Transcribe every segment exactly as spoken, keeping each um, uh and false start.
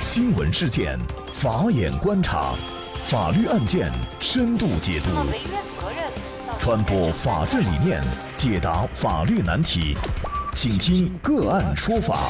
新闻事件，法眼观察，法律案件深度解读，传播法治理念，解答法律难题，请听个案说法。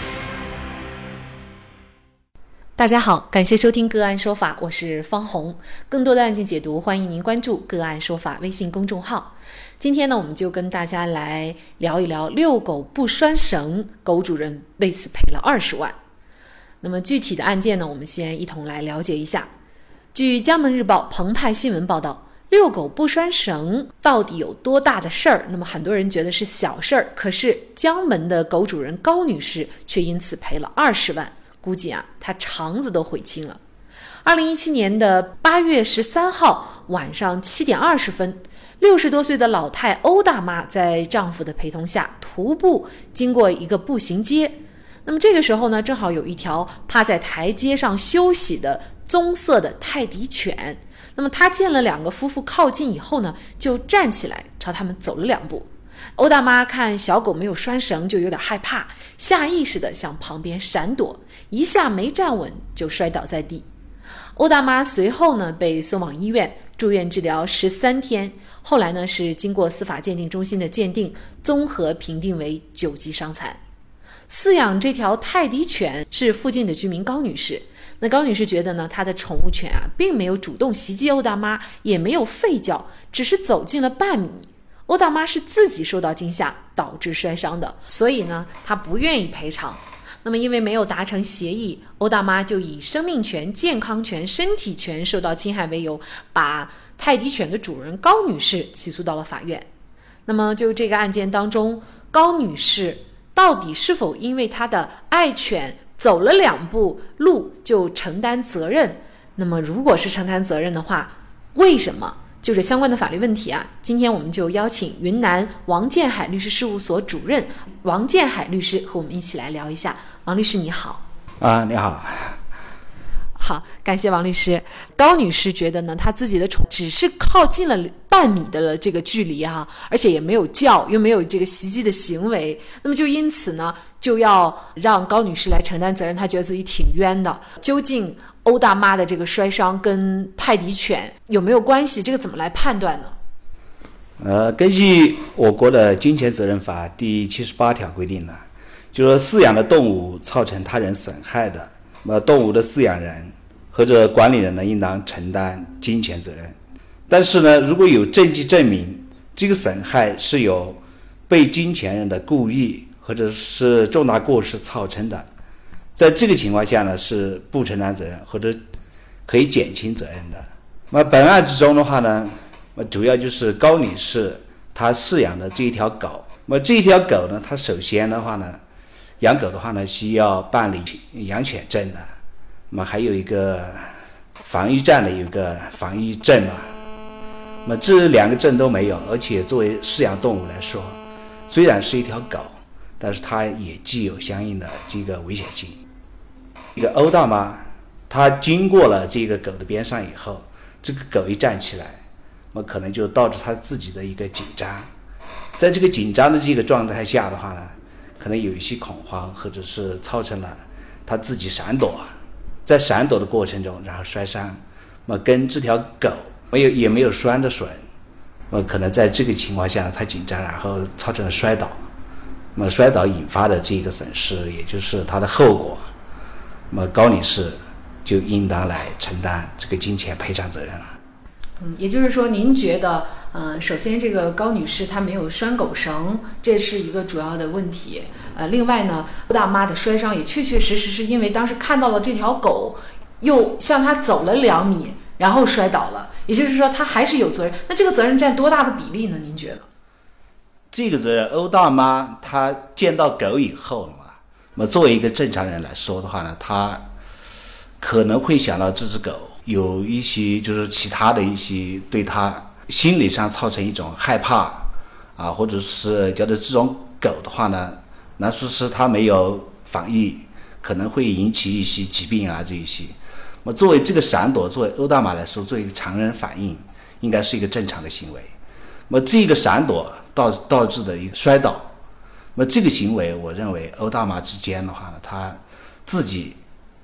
大家好，感谢收听个案说法，我是方红。更多的案件解读，欢迎您关注个案说法微信公众号。今天呢，我们就跟大家来聊一聊遛狗不拴绳，狗主人为此赔了二十万。那么具体的案件呢，我们先一同来了解一下。据江门日报澎湃新闻报道，遛狗不拴绳到底有多大的事儿？那么很多人觉得是小事儿，可是江门的狗主人高女士却因此赔了二十万。估计啊，他肠子都悔青了。二零一七年的八月十三号晚上七点二十分，六十多岁的老太欧大妈在丈夫的陪同下徒步经过一个步行街。那么这个时候呢，正好有一条趴在台阶上休息的棕色的泰迪犬。那么她见了两个夫妇靠近以后呢，就站起来朝他们走了两步。欧大妈看小狗没有拴绳，就有点害怕，下意识地向旁边闪躲，一下没站稳就摔倒在地。欧大妈随后呢被送往医院住院治疗十三天，后来呢是经过司法鉴定中心的鉴定，综合评定为九级伤残。饲养这条泰迪犬是附近的居民高女士。那高女士觉得呢，她的宠物犬啊并没有主动袭击欧大妈，也没有吠叫，只是走近了半米。欧大妈是自己受到惊吓导致摔伤的，所以呢她不愿意赔偿。那么因为没有达成协议，欧大妈就以生命权、健康权、身体权受到侵害为由，把泰迪犬的主人高女士起诉到了法院。那么就这个案件当中，高女士到底是否因为她的爱犬走了两步路就承担责任？那么如果是承担责任的话，为什么？就这相关的法律问题啊，今天我们就邀请云南王建海律师事务所主任王建海律师和我们一起来聊一下。王律师你好。 啊，你好。 好，感谢王律师。高女士觉得呢，她自己的宠只是靠近了半米的这个距离啊，而且也没有叫，又没有这个袭击的行为，那么就因此呢，就要让高女士来承担责任，她觉得自己挺冤的。究竟欧大妈的这个摔伤跟泰迪犬有没有关系？这个怎么来判断呢？ 呃，根据我国的侵权责任法第七十八条规定呢，就是说饲养的动物造成他人损害的，那么动物的饲养人或者管理人呢，应当承担侵权责任。但是呢，如果有证据证明这个损害是由被侵权人的故意或者是重大过失造成的，在这个情况下呢，是不承担责任或者可以减轻责任的。那么本案之中的话呢，主要就是高女士她饲养的这一条狗。那么这一条狗呢，它首先的话呢，养狗的话呢，需要办理养犬证的，那么还有一个防疫站的有一个防疫证嘛。那么这两个证都没有，而且作为饲养动物来说，虽然是一条狗，但是它也具有相应的这个危险性。这个欧大妈她经过了这个狗的边上以后，这个狗一站起来，那么可能就导致她自己的一个紧张，在这个紧张的这个状态下的话呢，可能有一些恐慌，或者是造成了她自己闪躲，在闪躲的过程中然后摔伤，那么跟这条狗没有也没有拴的损，那么可能在这个情况下她紧张，然后造成了摔倒，那么摔倒引发的这个损失，也就是它的后果，那么高女士就应当来承担这个金钱赔偿责任了。 嗯，也就是说，您觉得，呃，首先这个高女士她没有拴狗绳，这是一个主要的问题。呃，另外呢，欧大妈的摔伤也确确实实是因为当时看到了这条狗，又向她走了两米，然后摔倒了。也就是说，她还是有责任。那这个责任占多大的比例呢？您觉得？ 这个责任，欧大妈她见到狗以后嘛，那么作为一个正常人来说的话呢，她可能会想到这只狗有一些就是其他的一些对她心理上造成一种害怕啊，或者是觉得这种狗的话呢，那说是它没有防疫，可能会引起一些疾病啊这一些。那么作为这个闪躲，作为欧大妈来说，作为一个常人反应，应该是一个正常的行为。那么这个闪躲导导致的一个摔倒，那么这个行为，我认为欧大妈之间的话呢，她自己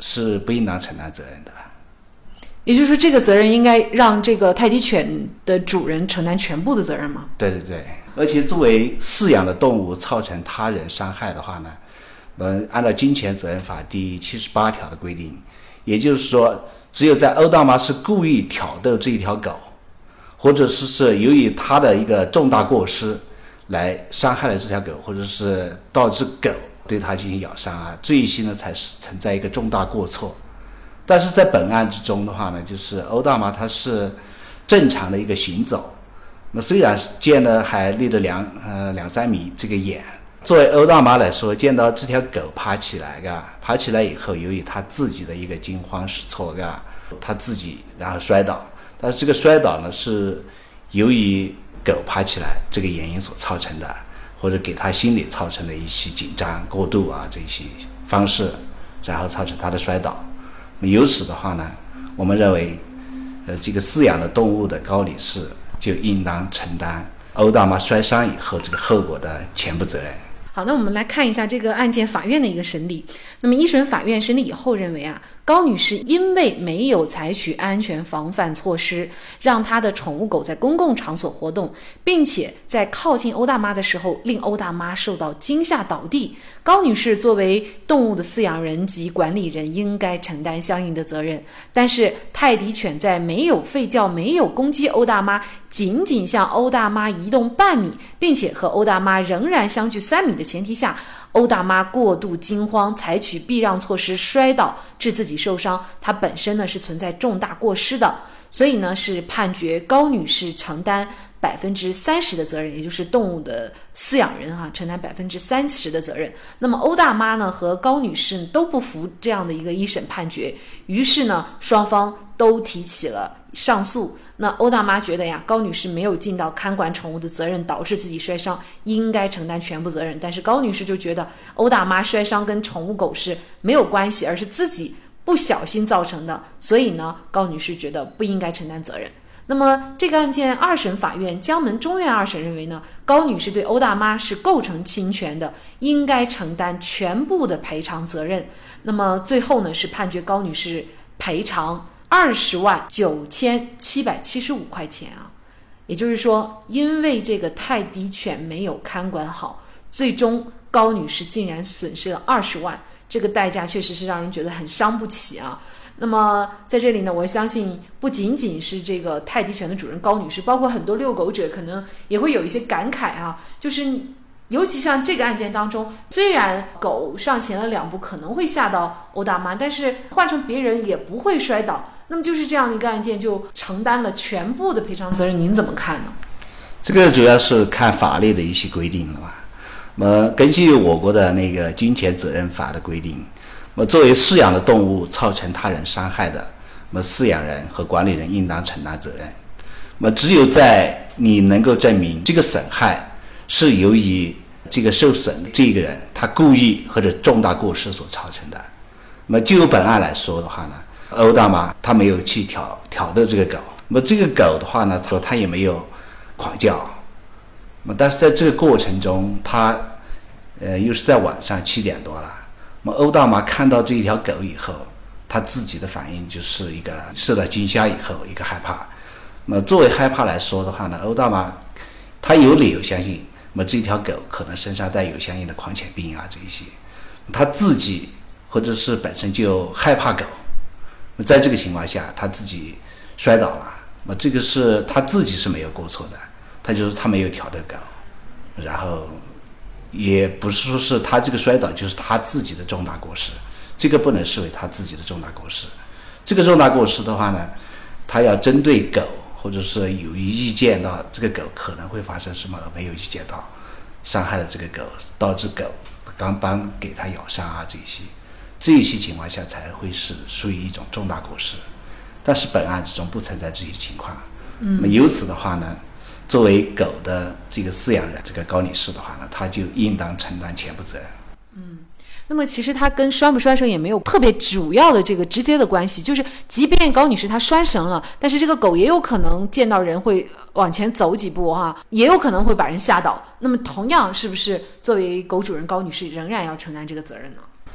是不应当承担责任的。 也就是说，这个责任应该让这个泰迪犬的主人承担全部的责任吗？ 对对对，而且作为饲养的动物造成他人伤害的话呢，呃，按照金钱责任法第七十八条的规定，也就是说，只有在欧大妈是故意挑逗这一条狗，或者是是由于他的一个重大过失来伤害了这条狗，或者是导致狗对它进行咬伤啊，这一些呢才是存在一个重大过错。但是在本案之中的话呢，就是欧大妈它是正常的一个行走，那虽然见了还离了两呃两三米这个远，作为欧大妈来说，见到这条狗爬起来嘎，爬起来以后，由于她自己的一个惊慌失措嘎，她自己然后摔倒，但是这个摔倒呢是由于狗爬起来这个原因所造成的，或者给她心理造成的一些紧张过度啊这些方式，然后造成她的摔倒。由此的话呢，我们认为，呃，这个饲养的动物的高女士就应当承担欧大妈摔伤以后这个后果的全部责任。 好，那我们来看一下这个案件法院的一个审理。那么一审法院审理以后认为啊，高女士因为没有采取安全防范措施，让她的宠物狗在公共场所活动，并且在靠近欧大妈的时候令欧大妈受到惊吓倒地，高女士作为动物的饲养人及管理人应该承担相应的责任。但是泰迪犬在没有吠叫、没有攻击欧大妈，仅仅向欧大妈移动半米，并且和欧大妈仍然相距三米的前提下，欧大妈过度惊慌，采取避让措施摔倒致自己受伤，它本身呢是存在重大过失的，所以呢是判决高女士承担百分之三十的责任，也就是动物的饲养人哈、啊、承担百分之三十的责任。那么欧大妈呢和高女士都不服这样的一个一审判决，于是呢双方都提起了上诉。那欧大妈觉得呀，高女士没有尽到看管宠物的责任，导致自己摔伤，应该承担全部责任。但是高女士就觉得欧大妈摔伤跟宠物狗是没有关系，而是自己不小心造成的，所以呢，高女士觉得不应该承担责任。那么这个案件二审法院江门中院二审认为呢，高女士对欧大妈是构成侵权的，应该承担全部的赔偿责任。那么最后呢是判决高女士赔偿二十万九千七百七十五块钱啊，也就是说，因为这个泰迪犬没有看管好，最终高女士竟然损失了二十万，这个代价确实是让人觉得很伤不起啊。那么在这里呢，我相信不仅仅是这个泰迪犬的主人高女士，包括很多遛狗者可能也会有一些感慨啊，就是尤其像这个案件当中，虽然狗上前了两步可能会吓到欧大妈，但是换成别人也不会摔倒，那么就是这样的一个案件就承担了全部的赔偿责任，您怎么看呢？ 这个主要是看法律的一些规定了吧。那么根据我国的那个金钱责任法的规定，那么作为饲养的动物造成他人伤害的，那么饲养人和管理人应当承担责任。那么只有在你能够证明这个损害是由于这个受损的这个人他故意或者重大过失所造成的。那么就本案来说的话呢，欧大妈她没有去挑挑逗这个狗，那么这个狗的话呢，她说她也没有狂叫，那么但是在这个过程中，她呃又是在晚上七点多了，那么欧大妈看到这一条狗以后，她自己的反应就是一个受到惊吓以后一个害怕。那么作为害怕来说的话呢，欧大妈她有理由相信，那么这条狗可能身上带有相应的狂犬病啊这一些，她自己或者是本身就害怕狗，在这个情况下他自己摔倒了，那这个是他自己是没有过错的，他就是他没有挑逗狗，然后也不是说是他这个摔倒就是他自己的重大过失，这个不能视为他自己的重大过失。这个重大过失的话呢，他要针对狗，或者是有意见到这个狗可能会发生什么，而没有意见到伤害了这个狗，导致狗刚帮给他咬伤啊这些，这一些情况下才会是属于一种重大过失。但是本案之中不存在这些情况。嗯，那么由此的话呢，作为狗的这个饲养人这个高女士的话呢，她就应当承担全部责任。 嗯，那么其实它跟拴不拴绳也没有特别主要的这个直接的关系，就是即便高女士她拴绳了，但是这个狗也有可能见到人会往前走几步哈，也有可能会把人吓倒。那么同样是不是作为狗主人高女士仍然要承担这个责任呢？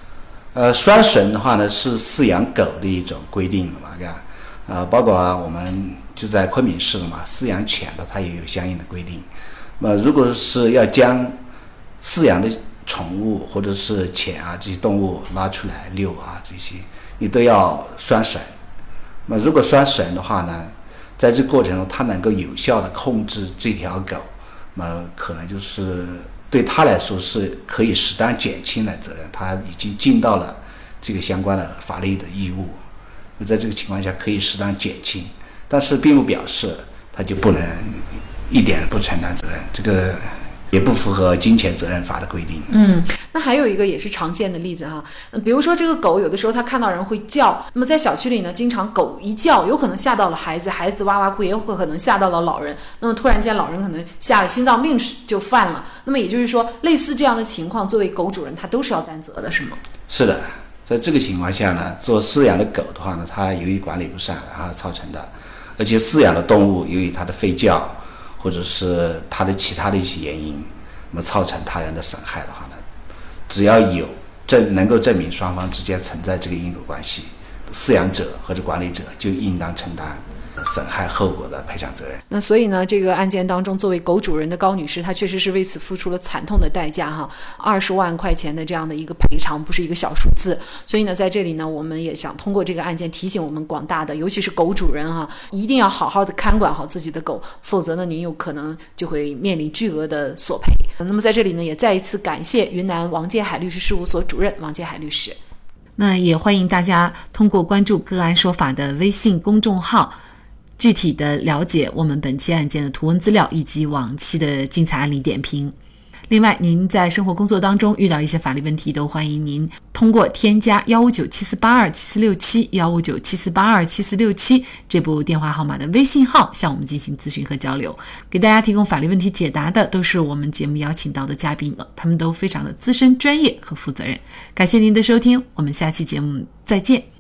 呃，拴绳的话呢是饲养狗的一种规定的嘛，呃，包括啊我们就在昆明市的嘛，饲养犬的它也有相应的规定。那么如果是要将饲养的宠物或者是犬啊这些动物拉出来遛啊这些，你都要拴绳。那么如果拴绳的话呢，在这个过程中它能够有效的控制这条狗，那么可能就是对他来说是可以适当减轻了责任，他已经尽到了这个相关的法律的义务。在这个情况下可以适当减轻，但是并不表示他就不能一点不承担责任，这个也不符合金钱责任法的规定。 嗯，那还有一个也是常见的例子哈，比如说这个狗有的时候它看到人会叫，那么在小区里呢，经常狗一叫，有可能吓到了孩子，孩子哇哇哭，也有可能吓到了老人，那么突然间老人可能吓了心脏病就犯了，那么也就是说类似这样的情况，作为狗主人他都是要担责的，是吗？ 是的，在这个情况下呢，做饲养的狗的话呢，它由于管理不善然后造成的，而且饲养的动物由于它的吠叫或者是它的其他的一些原因，那么造成他人的损害的话呢，只要有证能够证明双方之间存在这个因果关系，饲养者或者管理者就应当承担损害后果的赔偿责任。 那所以呢，这个案件当中，作为狗主人的高女士，她确实是为此付出了惨痛的代价哈，二十万块钱的这样的一个赔偿，不是一个小数字。所以呢，在这里呢，我们也想通过这个案件提醒我们广大的，尤其是狗主人哈，一定要好好的看管好自己的狗，否则呢，您有可能就会面临巨额的索赔。那么在这里呢，也再一次感谢云南王建海律师事务所主任王建海律师。那也欢迎大家通过关注个案说法的微信公众号，具体的了解我们本期案件的图文资料以及往期的精彩案例点评。另外，您在生活工作当中遇到一些法律问题，都欢迎您通过添加幺五九七四八二七四六七幺五九七四八二七四六七这部电话号码的微信号向我们进行咨询和交流。给大家提供法律问题解答的都是我们节目邀请到的嘉宾了，他们都非常的资深、专业和负责任。感谢您的收听，我们下期节目再见。